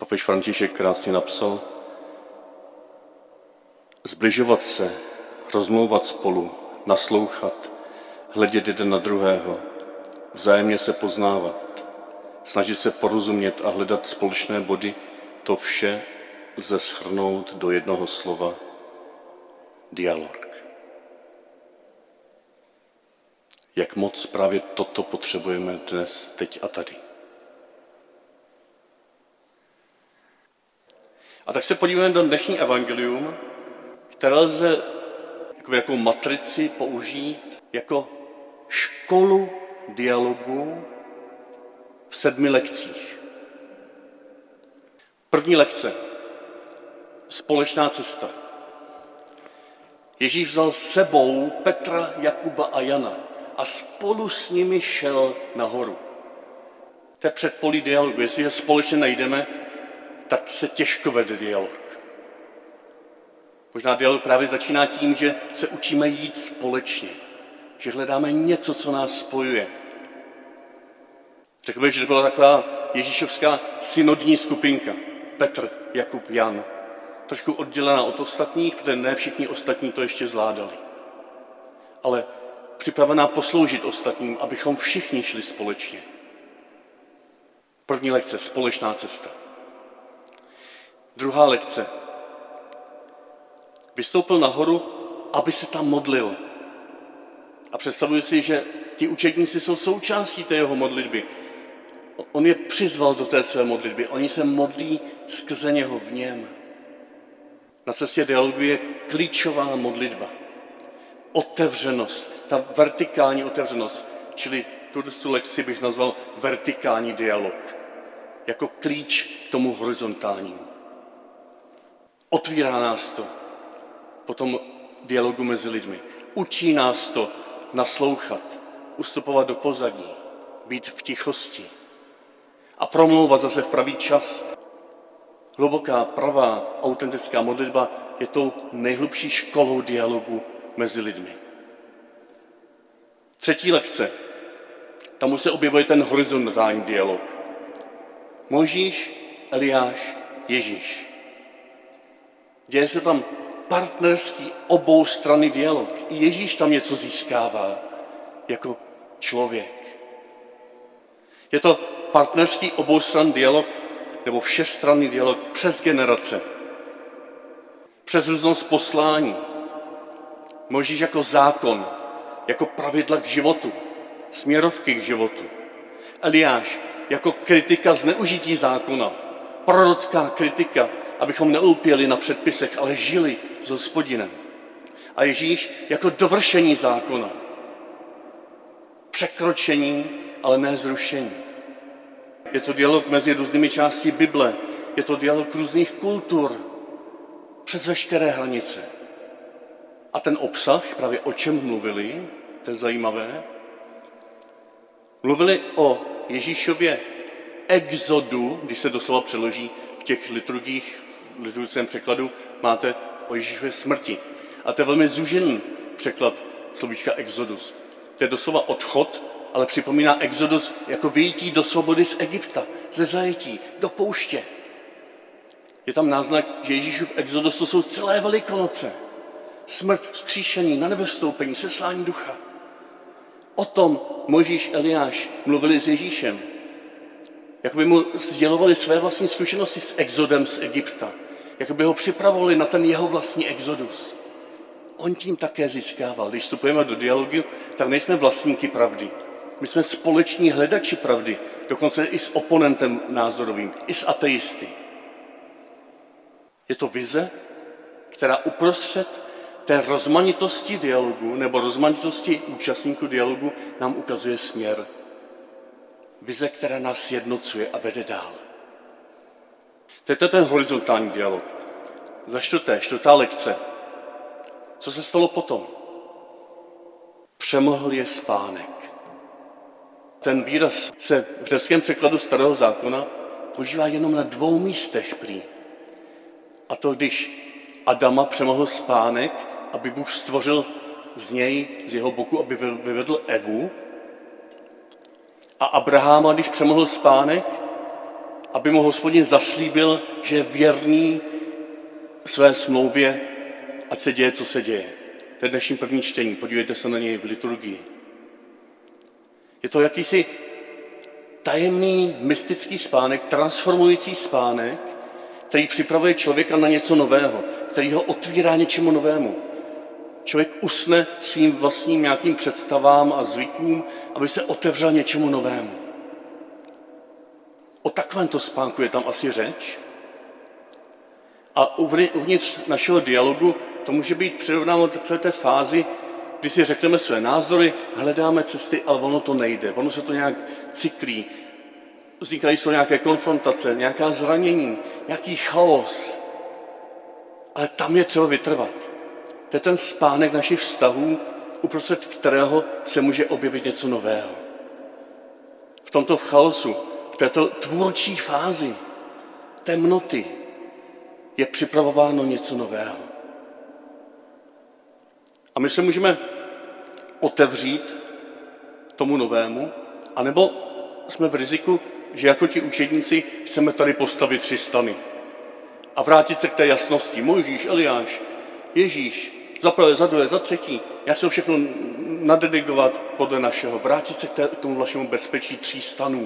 Papež František krásně napsal: zbližovat se, rozmlouvat spolu, naslouchat, hledět jeden na druhého, vzájemně se poznávat, snažit se porozumět a hledat společné body, to vše lze shrnout do jednoho slova: dialog. Jak moc právě toto potřebujeme dnes, teď a tady. A tak se podíváme do dnešní evangelium, které lze jako matrici použít jako školu dialogu v 7 lekcích. První lekce. Společná cesta. Ježíš vzal s sebou Petra, Jakuba a Jana a spolu s nimi šel nahoru. To je předpolí dialogu. Jestli je společně najdeme, tak se těžko vede dialog. Možná dialog právě začíná tím, že se učíme jít společně, že hledáme něco, co nás spojuje. Řekl bych, že to byla taková ježíšovská synodní skupinka. Petr, Jakub, Jan. Trošku oddělená od ostatních, protože ne všichni ostatní to ještě zvládali. Ale připravená posloužit ostatním, abychom všichni šli společně. První lekce, společná cesta. Druhá lekce. Vystoupil nahoru, aby se tam modlil. A představuji si, že ti učedníci jsou součástí té jeho modlitby. On je přizval do té své modlitby. Oni se modlí skrze něho v něm. Na cestě dialogu je klíčová modlitba. Otevřenost, ta vertikální otevřenost, čili tu lekci bych nazval vertikální dialog, jako klíč k tomu horizontálnímu. Otvírá nás to po tom dialogu mezi lidmi. Učí nás to naslouchat, ustupovat do pozadí, být v tichosti a promlouvat zase v pravý čas. Hluboká, pravá, autentická modlitba je tou nejhlubší školou dialogu mezi lidmi. Třetí lekce. Tam už se objevuje ten horizontální dialog. Mojžíš, Eliáš, Ježíš. Děje se tam partnerský oboustranný dialog. I Ježíš tam něco získává jako člověk. Je to partnerský oboustranný dialog nebo všestranný dialog přes generace, přes různost poslání. Mojžíš jako zákon, jako pravidla k životu, směrovky k životu. Eliáš jako kritika zneužití zákona, prorocká kritika, abychom neulpěli na předpisech, ale žili s Hospodinem. A Ježíš jako dovršení zákona. Překročení, ale ne zrušení. Je to dialog mezi různými části Bible, je to dialog různých kultur, přes veškeré hranice. A ten obsah, právě o čem mluvili, to je zajímavé, mluvili o Ježíšově exodu, když se doslova přeloží v těch liturgiích, v liturgickém překladu máte o Ježíšově smrti. A to je velmi zúžený překlad slovíčka exodus. To je doslova odchod, ale připomíná exodus jako vyjítí do svobody z Egypta, ze zajetí, do pouště. Je tam náznak, že Ježíšův exodus to jsou celé Velikonoce. Smrt, vzkříšení, na nebe vstoupení, seslání ducha. O tom Mojžíš, Eliáš mluvili s Ježíšem. Jakoby mu sdělovali své vlastní zkušenosti s exodem z Egypta. Jakoby ho připravovali na ten jeho vlastní exodus. On tím také získával. Když vstupujeme do dialogu, tak nejsme vlastníky pravdy. My jsme společní hledači pravdy, dokonce i s oponentem názorovým, i s ateisty. Je to vize, která uprostřed té rozmanitosti dialogu nebo rozmanitosti účastníků dialogu nám ukazuje směr. Vize, která nás sjednocuje a vede dál. To je ten horizontální dialog. Za čtvrtá lekce. Co se stalo potom? Přemohl je spánek. Ten výraz se v řeckém překladu Starého zákona používá jenom na 2 místech prý. A to, když Adama přemohl spánek, aby Bůh stvořil z něj, z jeho boku, aby vyvedl Evu. A Abraháma, když přemohl spánek, aby mu Hospodin zaslíbil, že je věrný své smlouvě, ať se děje, co se děje. To je dnešní první čtení, podívejte se na něj v liturgii. Je to jakýsi tajemný, mystický spánek, transformující spánek, který připravuje člověka na něco nového, který ho otvírá něčemu novému. Člověk usne svým vlastním nějakým představám a zvykům, aby se otevřel něčemu novému. O takovémto spánku je tam asi řeč. A uvnitř našeho dialogu to může být přirovnáno takové té fázi, kdy si řekneme své názory, hledáme cesty, ale ono to nejde, ono se to nějak cyklí. Vznikají z toho nějaké konfrontace, nějaká zranění, nějaký chaos. Ale tam je třeba vytrvat. To je ten spánek našich vztahů, uprostřed kterého se může objevit něco nového. V tomto chaosu, v této tvůrčí fázi temnoty je připravováno něco nového. A my se můžeme otevřít tomu novému, anebo jsme v riziku, že jako ti učedníci chceme tady postavit 3 stany a vrátit se k té jasnosti. Mojžíš, Eliáš, Ježíš, za prvé, za druhé, za třetí. Jak se všechno nadedigovat podle našeho. Vrátit se k tomu vašemu bezpečí 3 stanů.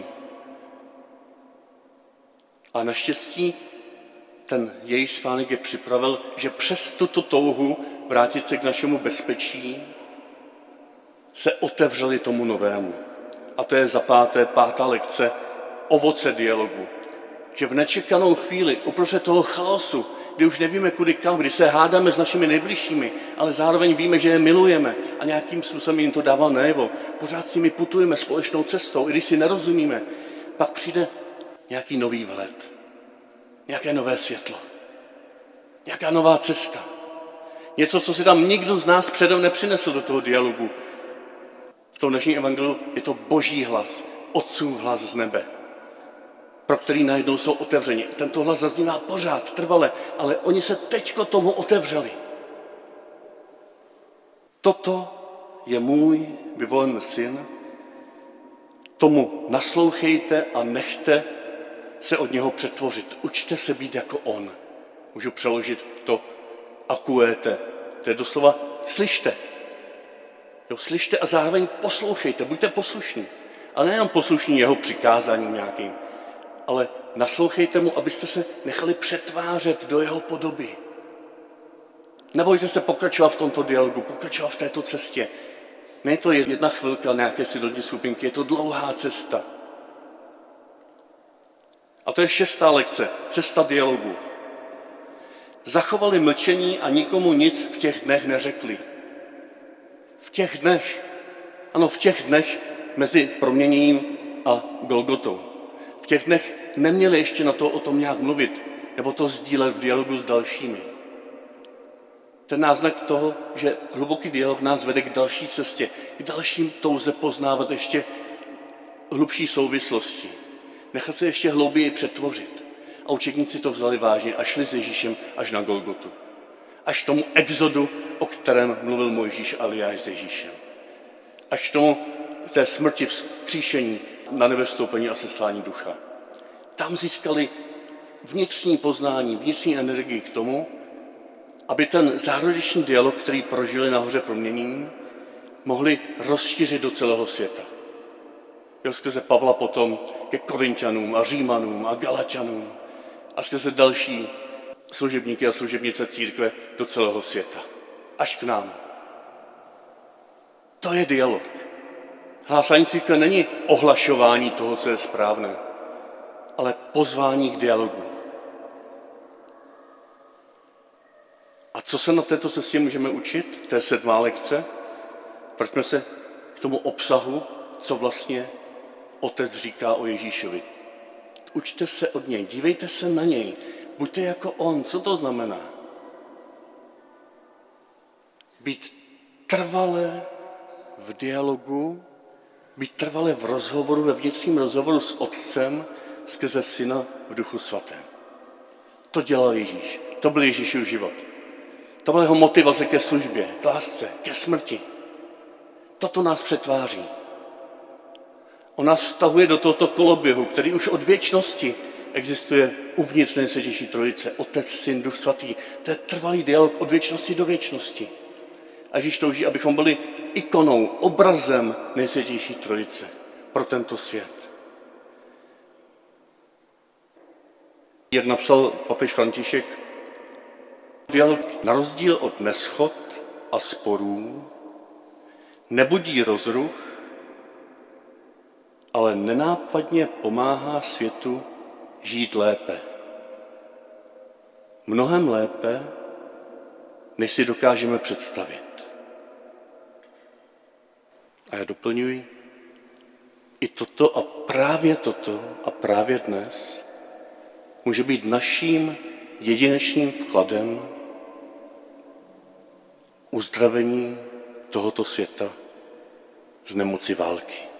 A naštěstí ten její spánek je připravil, že přes tuto touhu vrátit se k našemu bezpečí se otevřeli tomu novému. A to je za pátá lekce, ovoce dialogu. Že v nečekanou chvíli, uprostřed toho chaosu, kdy už nevíme kudy kam, kdy se hádáme s našimi nejbližšími, ale zároveň víme, že je milujeme a nějakým způsobem jim to dává najevo. Pořád s nimi putujeme společnou cestou, i když si nerozumíme. Pak přijde nějaký nový vhled, nějaké nové světlo, nějaká nová cesta. Něco, co si tam nikdo z nás předem nepřinesl do toho dialogu. V tom dnešním evangeliu je to Boží hlas, Otcův hlas z nebe, pro který najednou jsou otevřeni. Tento hlas zaznívá pořád, trvale, ale oni se teďko tomu otevřeli. Toto je můj vyvolený syn, tomu naslouchejte a nechte se od něho přetvořit. Učte se být jako on. Můžu přeložit to akuete. To je doslova slyšte. Jo, slyšte a zároveň poslouchejte, buďte poslušní. Ale nejenom poslušní jeho přikázáním nějakým, ale naslouchejte mu, abyste se nechali přetvářet do jeho podoby. Nebojte se pokračovat v tomto dialogu, pokračovat v této cestě. Není to jedna chvilka nějaké sidodní skupinky, je to dlouhá cesta. A to je 6. lekce, cesta dialogu. Zachovali mlčení a nikomu nic v těch dnech neřekli. V těch dnech, ano, v těch dnech mezi proměněním a Golgotou. V těch dnech neměli ještě na to o tom nějak mluvit, nebo to sdílet v dialogu s dalšími. Ten náznak toho, že hluboký dialog nás vede k další cestě, k dalším touze poznávat ještě hlubší souvislosti. Nechat se ještě hlouběji přetvořit. A učedníci to vzali vážně a šli s Ježíšem až na Golgotu. Až k tomu exodu, o kterém mluvil Mojžíš a Eliáš s Ježíšem. Až k tomu té smrti, vzkříšení, na nebe vstoupení a seslání ducha. Tam získali vnitřní poznání, vnitřní energii k tomu, aby ten zárodečný dialog, který prožili nahoře proměnění, mohli rozšířit do celého světa. Jo, skrze Pavla potom ke Korinťanům a Římanům a Galatianům a skrze další služebníky a služebnice církve do celého světa. Až k nám. To je dialog. Hlásání církve není ohlašování toho, co je správné, ale pozvání k dialogu. A co se na této cestě můžeme učit? To je 7. lekce. Vraťme se k tomu obsahu, co vlastně Otec říká o Ježíšovi. Učte se od něj, dívejte se na něj, buďte jako on. Co to znamená? Být trvale v dialogu, být trvale v rozhovoru, ve vnitřním rozhovoru s Otcem skrze Syna v Duchu Svatém. To dělal Ježíš. To byl Ježíšův život. To byla jeho motivace ke službě, k lásce, ke smrti. Toto nás přetváří. On nás vtahuje do tohoto koloběhu, který už od věčnosti existuje uvnitř Nejsvětější Trojice, Otec, Syn, Duch Svatý. To je trvalý dialog od věčnosti do věčnosti. A Ježíš touží, abychom byli ikonou, obrazem Nejsvětější Trojice pro tento svět. Jak napsal papež František, dialog na rozdíl od neschod a sporů nebudí rozruch, ale nenápadně pomáhá světu žít lépe. Mnohem lépe, než si dokážeme představit. A já doplňuji, i toto a právě dnes může být naším jedinečným vkladem uzdravení tohoto světa z nemoci války.